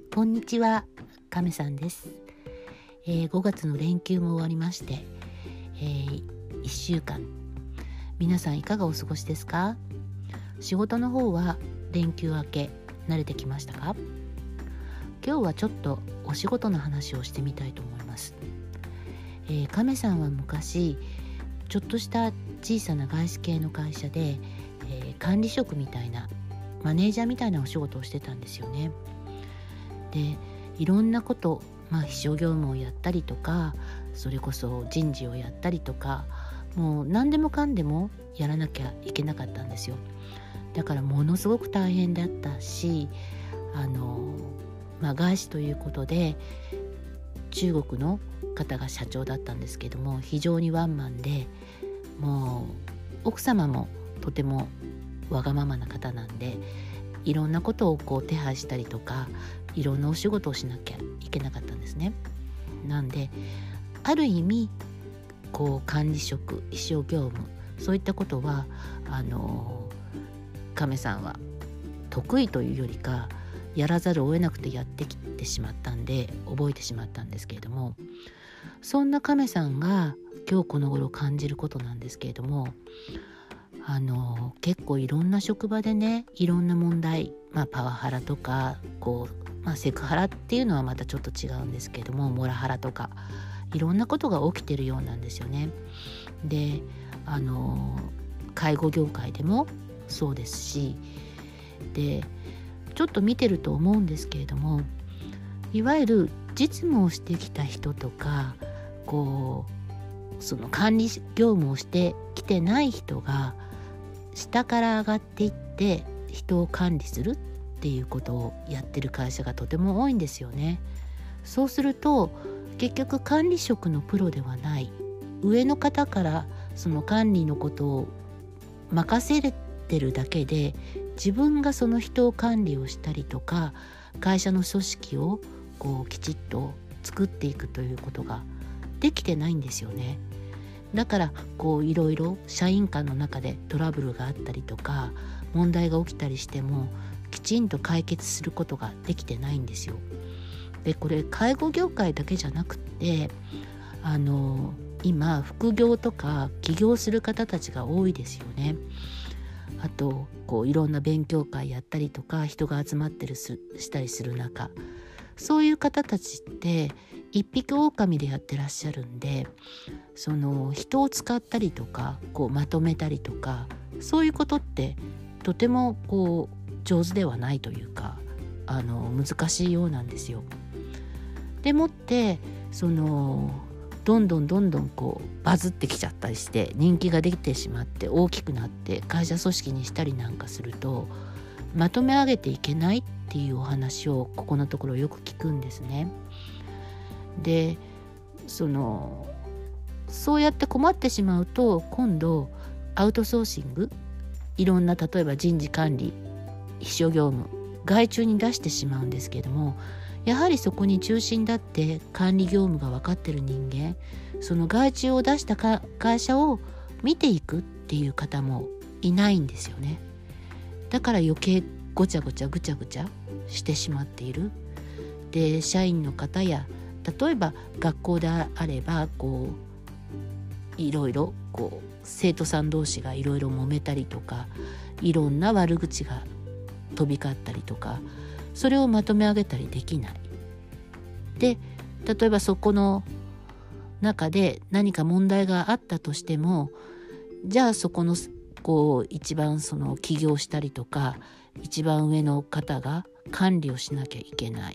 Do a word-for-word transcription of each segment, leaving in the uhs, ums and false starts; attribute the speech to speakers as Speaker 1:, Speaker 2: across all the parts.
Speaker 1: こんにちは、亀さんです。えー、ごがつの連休も終わりまして、えー、いっしゅうかん皆さんいかがお過ごしですか？仕事の方は連休明け慣れてきましたか？今日はちょっとお仕事の話をしてみたいと思います。えー、亀さんは昔ちょっとした小さな外資系の会社で、えー、管理職みたいなマネージャーみたいなお仕事をしてたんですよね。でいろんなこと、まあ、秘書業務をやったりとか、それこそ人事をやったりとか、もう何でもかんでもやらなきゃいけなかったんですよ。だからものすごく大変だったし、あの、まあ、外資ということで中国の方が社長だったんですけども、非常にワンマンで、もう奥様もとてもわがままな方なんで、いろんなことをこう手配したりとか、いろんなお仕事をしなきゃいけなかったんですね。なんである意味こう管理職、秘書業務、そういったことはあの亀さんは得意というよりか、やらざるを得なくてやってきてしまったんで覚えてしまったんですけれども、そんな亀さんが今日この頃感じることなんですけれども、あの結構いろんな職場でね、いろんな問題、まあ、パワハラとかこう、まあ、セクハラっていうのはまたちょっと違うんですけども、モラハラとかいろんなことが起きてるようなんですよね。であの介護業界でもそうですし、でちょっと見てると思うんですけれども、いわゆる実務をしてきた人とか、こうその管理業務をしてきてない人が下から上がっていって人を管理するっていうことをやってる会社がとても多いんですよね。そうすると結局管理職のプロではない上の方からその管理のことを任せてるだけで、自分がその人を管理をしたりとか、会社の組織をこうきちっと作っていくということができてないんですよね。だからこういろいろ社員間の中でトラブルがあったりとか、問題が起きたりしてもきちんと解決することができてないんですよ。でこれ介護業界だけじゃなくて、あの今副業とか起業する方たちが多いですよね。あとこういろんな勉強会やったりとか、人が集まってるすしたりする中、そういう方たちって一匹狼でやってらっしゃるんで、その人を使ったりとかこうまとめたりとか、そういうことってとてもこう上手ではないというか、あの難しいようなんですよ。でもってそのどんどんどんどんこうバズってきちゃったりして人気ができてしまって大きくなって会社組織にしたりなんかすると、まとめ上げていけないっていうお話をここのところよく聞くんですね。でそのそうやって困ってしまうと、今度アウトソーシング、いろんな例えば人事管理、秘書業務外注に出してしまうんですけれども、やはりそこに中心だって管理業務が分かってる人間、その外注を出したか会社を見ていくっていう方もいないんですよね。だから余計ごちゃごちゃぐちゃぐちゃしてしまっている。で社員の方や、例えば学校であればこういろいろこう生徒さん同士がいろいろ揉めたりとか、いろんな悪口が飛び交ったりとか、それをまとめ上げたりできない。で例えばそこの中で何か問題があったとしても、じゃあそこのこう一番その起業したりとか一番上の方が管理をしなきゃいけない。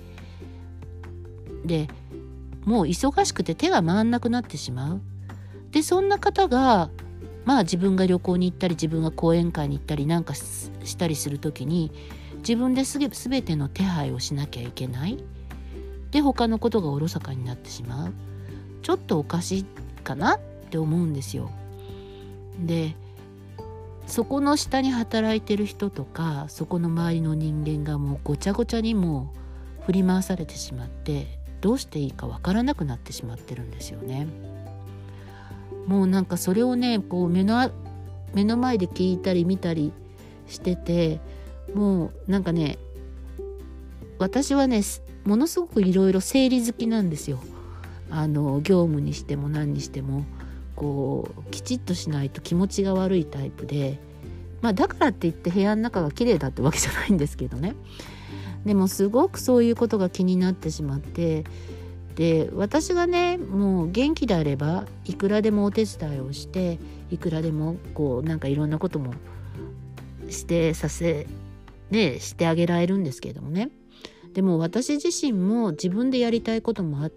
Speaker 1: でもう忙しくて手が回んなくなってしまう。でそんな方がまあ自分が旅行に行ったり自分が講演会に行ったりなんかしたりするときに、自分ですべての手配をしなきゃいけない。で他のことがおろそかになってしまう。ちょっとおかしいかなって思うんですよ。でそこの下に働いてる人とか、そこの周りの人間がもうごちゃごちゃにもう振り回されてしまって、どうしていいかわからなくなってしまってるんですよね。もうなんかそれをね、こう目の目の前で聞いたり見たりしてて、もうなんかね、 私はねものすごくいろいろ整理好きなんですよ。あの業務にしても何にしてもこうきちっとしないと気持ちが悪いタイプで、まあ、だからって言って部屋の中が綺麗だってわけじゃないんですけどね。でもすごくそういうことが気になってしまって、で私がねもう元気であればいくらでもお手伝いをしていくらでもこうなんかいろんなこともしてさせねしてあげられるんですけれどもね。でも私自身も自分でやりたいこともあって、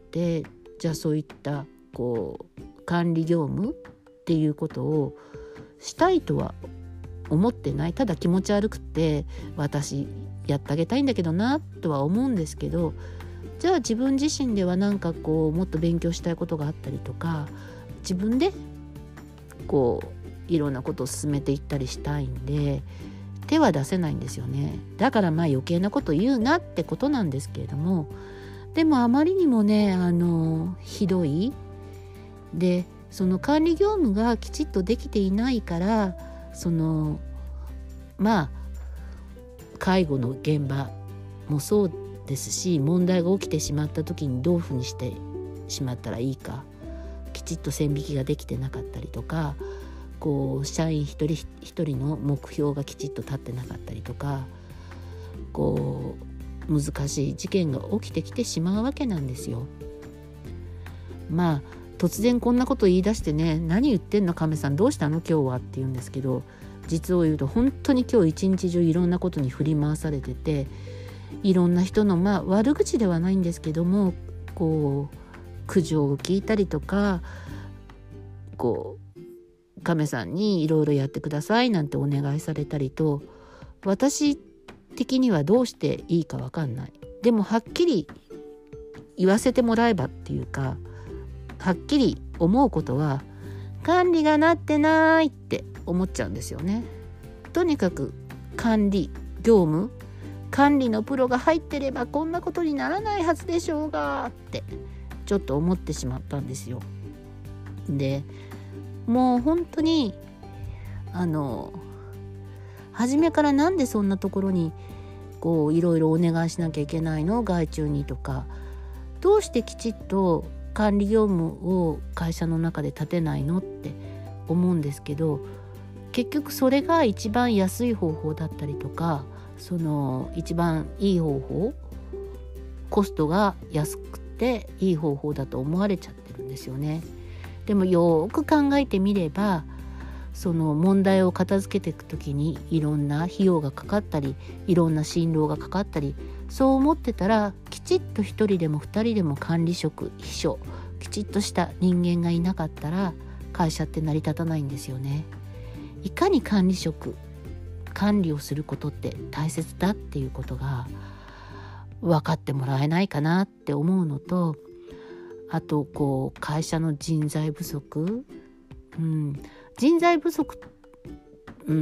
Speaker 1: じゃあそういったこう管理業務っていうことをしたいとは思ってない。ただ気持ち悪くて私やってあげたいんだけどなとは思うんですけど、じゃあ自分自身ではなんかこうもっと勉強したいことがあったりとか、自分でこういろんなことを進めていったりしたいんで手は出せないんですよね。だからまあ余計なこと言うなってことなんですけれども、でもあまりにもねあのひどいで、その管理業務がきちっとできていないから、そのまあ介護の現場もそうですし、問題が起きてしまった時にどういうふうにしてしまったらいいかきちっと線引きができてなかったりとか、こう社員一人一人の目標がきちっと立ってなかったりとか、こう難しい事件が起きてきてしまうわけなんですよ。まあ突然こんなこと言い出してね、何言ってんの亀さんどうしたの今日はって言うんですけど、実を言うと本当に今日一日中いろんなことに振り回されてて、いろんな人のまあ悪口ではないんですけども、こう苦情を聞いたりとか、こう亀さんにいろいろやってくださいなんてお願いされたりと、私的にはどうしていいか分かんない。でもはっきり言わせてもらえばっていうか、はっきり思うことは管理がなってないって思っちゃうんですよね。とにかく管理業務管理のプロが入ってればこんなことにならないはずでしょうがってちょっと思ってしまったんですよ。でもう本当にあの初めからなんでそんなところにこういろいろお願いしなきゃいけないの外注にとか、どうしてきちっと管理業務を会社の中で立てないのって思うんですけど、結局それが一番安い方法だったりとか、その一番いい方法、コストが安くていい方法だと思われちゃってるんですよね。でもよく考えてみれば、その問題を片付けていくときにいろんな費用がかかったり、いろんな辛労がかかったり、そう思ってたらきちっと一人でも二人でも管理職秘書きちっとした人間がいなかったら会社って成り立たないんですよね。いかに管理職管理をすることって大切だっていうことが分かってもらえないかなって思うのと、あとこう会社の人材不足、うん、人材不足、うん、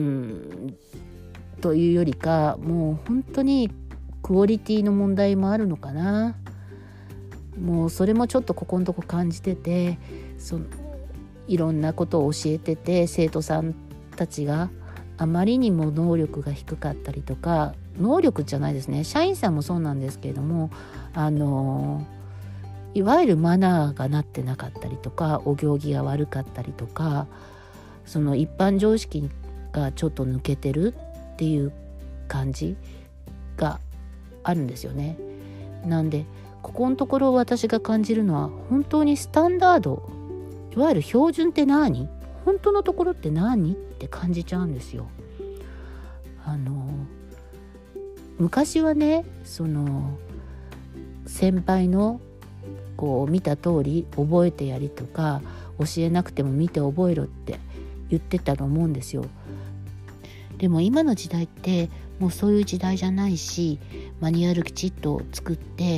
Speaker 1: というよりかもう本当にクオリティの問題もあるのかな。もうそれもちょっとここのとこ感じてて、そのいろんなことを教えてて生徒さんたちがあまりにも能力が低かったりとか、能力じゃないですね、社員さんもそうなんですけれども、あのいわゆるマナーがなってなかったりとか、お行儀が悪かったりとか、その一般常識がちょっと抜けてるっていう感じがあるんですよね。なんでここのところ私が感じるのは、本当にスタンダード、いわゆる標準って何、本当のところって何って感じちゃうんですよ。あの昔はね、その先輩のこう見た通り覚えてやりとか、教えなくても見て覚えろって言ってたと思うんですよ。でも今の時代ってもうそういう時代じゃないし、マニュアルきちっと作って、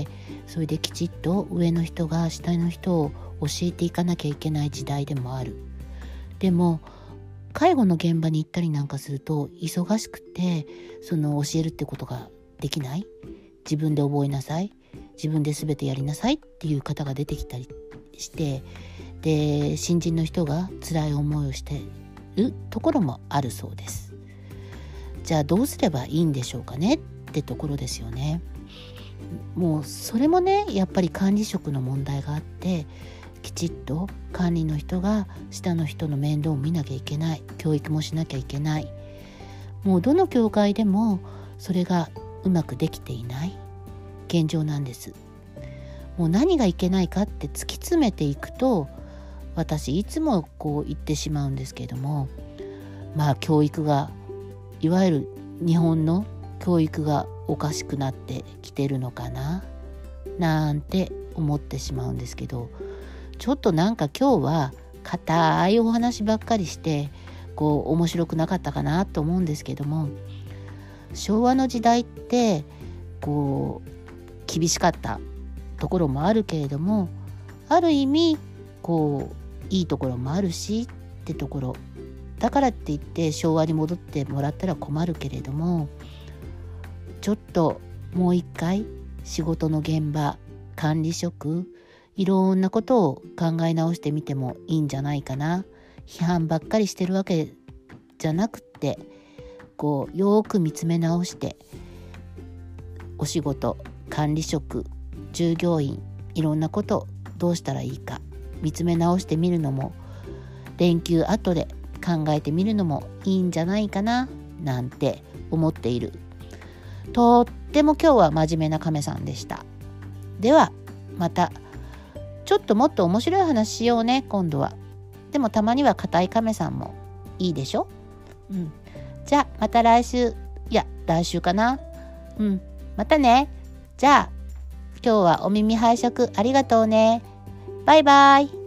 Speaker 1: それできちっと上の人が下の人を教えていかなきゃいけない時代でもある。でも介護の現場に行ったりなんかすると忙しくて、その教えるってことができない、自分で覚えなさい、自分で全てやりなさいっていう方が出てきたりして、で新人の人が辛い思いをしているところもあるそうです。じゃあどうすればいいんでしょうかねってところですよね。 もうそれもねやっぱり管理職の問題があって、きちっと管理の人が下の人の面倒を見なきゃいけない、教育もしなきゃいけない。もうどの教会でもそれがうまくできていない現状なんです。もう何がいけないかって突き詰めていくと、私いつもこう言ってしまうんですけれども、まあ教育がいわゆる日本の教育がおかしくなってきてるのかななんて思ってしまうんですけど、ちょっとなんか今日は固いお話ばっかりしてこう面白くなかったかなと思うんですけども、昭和の時代ってこう厳しかったところもあるけれども、ある意味こういいところもあるしってところだからって言って昭和に戻ってもらったら困るけれども、ちょっともう一回仕事の現場、管理職、いろんなことを考え直してみてもいいんじゃないかな。批判ばっかりしてるわけじゃなくって、こうよく見つめ直して、お仕事、管理職、従業員、いろんなことどうしたらいいか見つめ直してみるのも、連休後で考えてみるのもいいんじゃないかななんて思っている。とっても今日は真面目な亀さんでした。ではまたちょっともっと面白い話しようね今度は。でもたまには硬い亀さんもいいでしょ。うん。じゃあまた来週、いや来週かな。うん。またね。じゃあ今日はお耳拝借ありがとうね。バイバイ。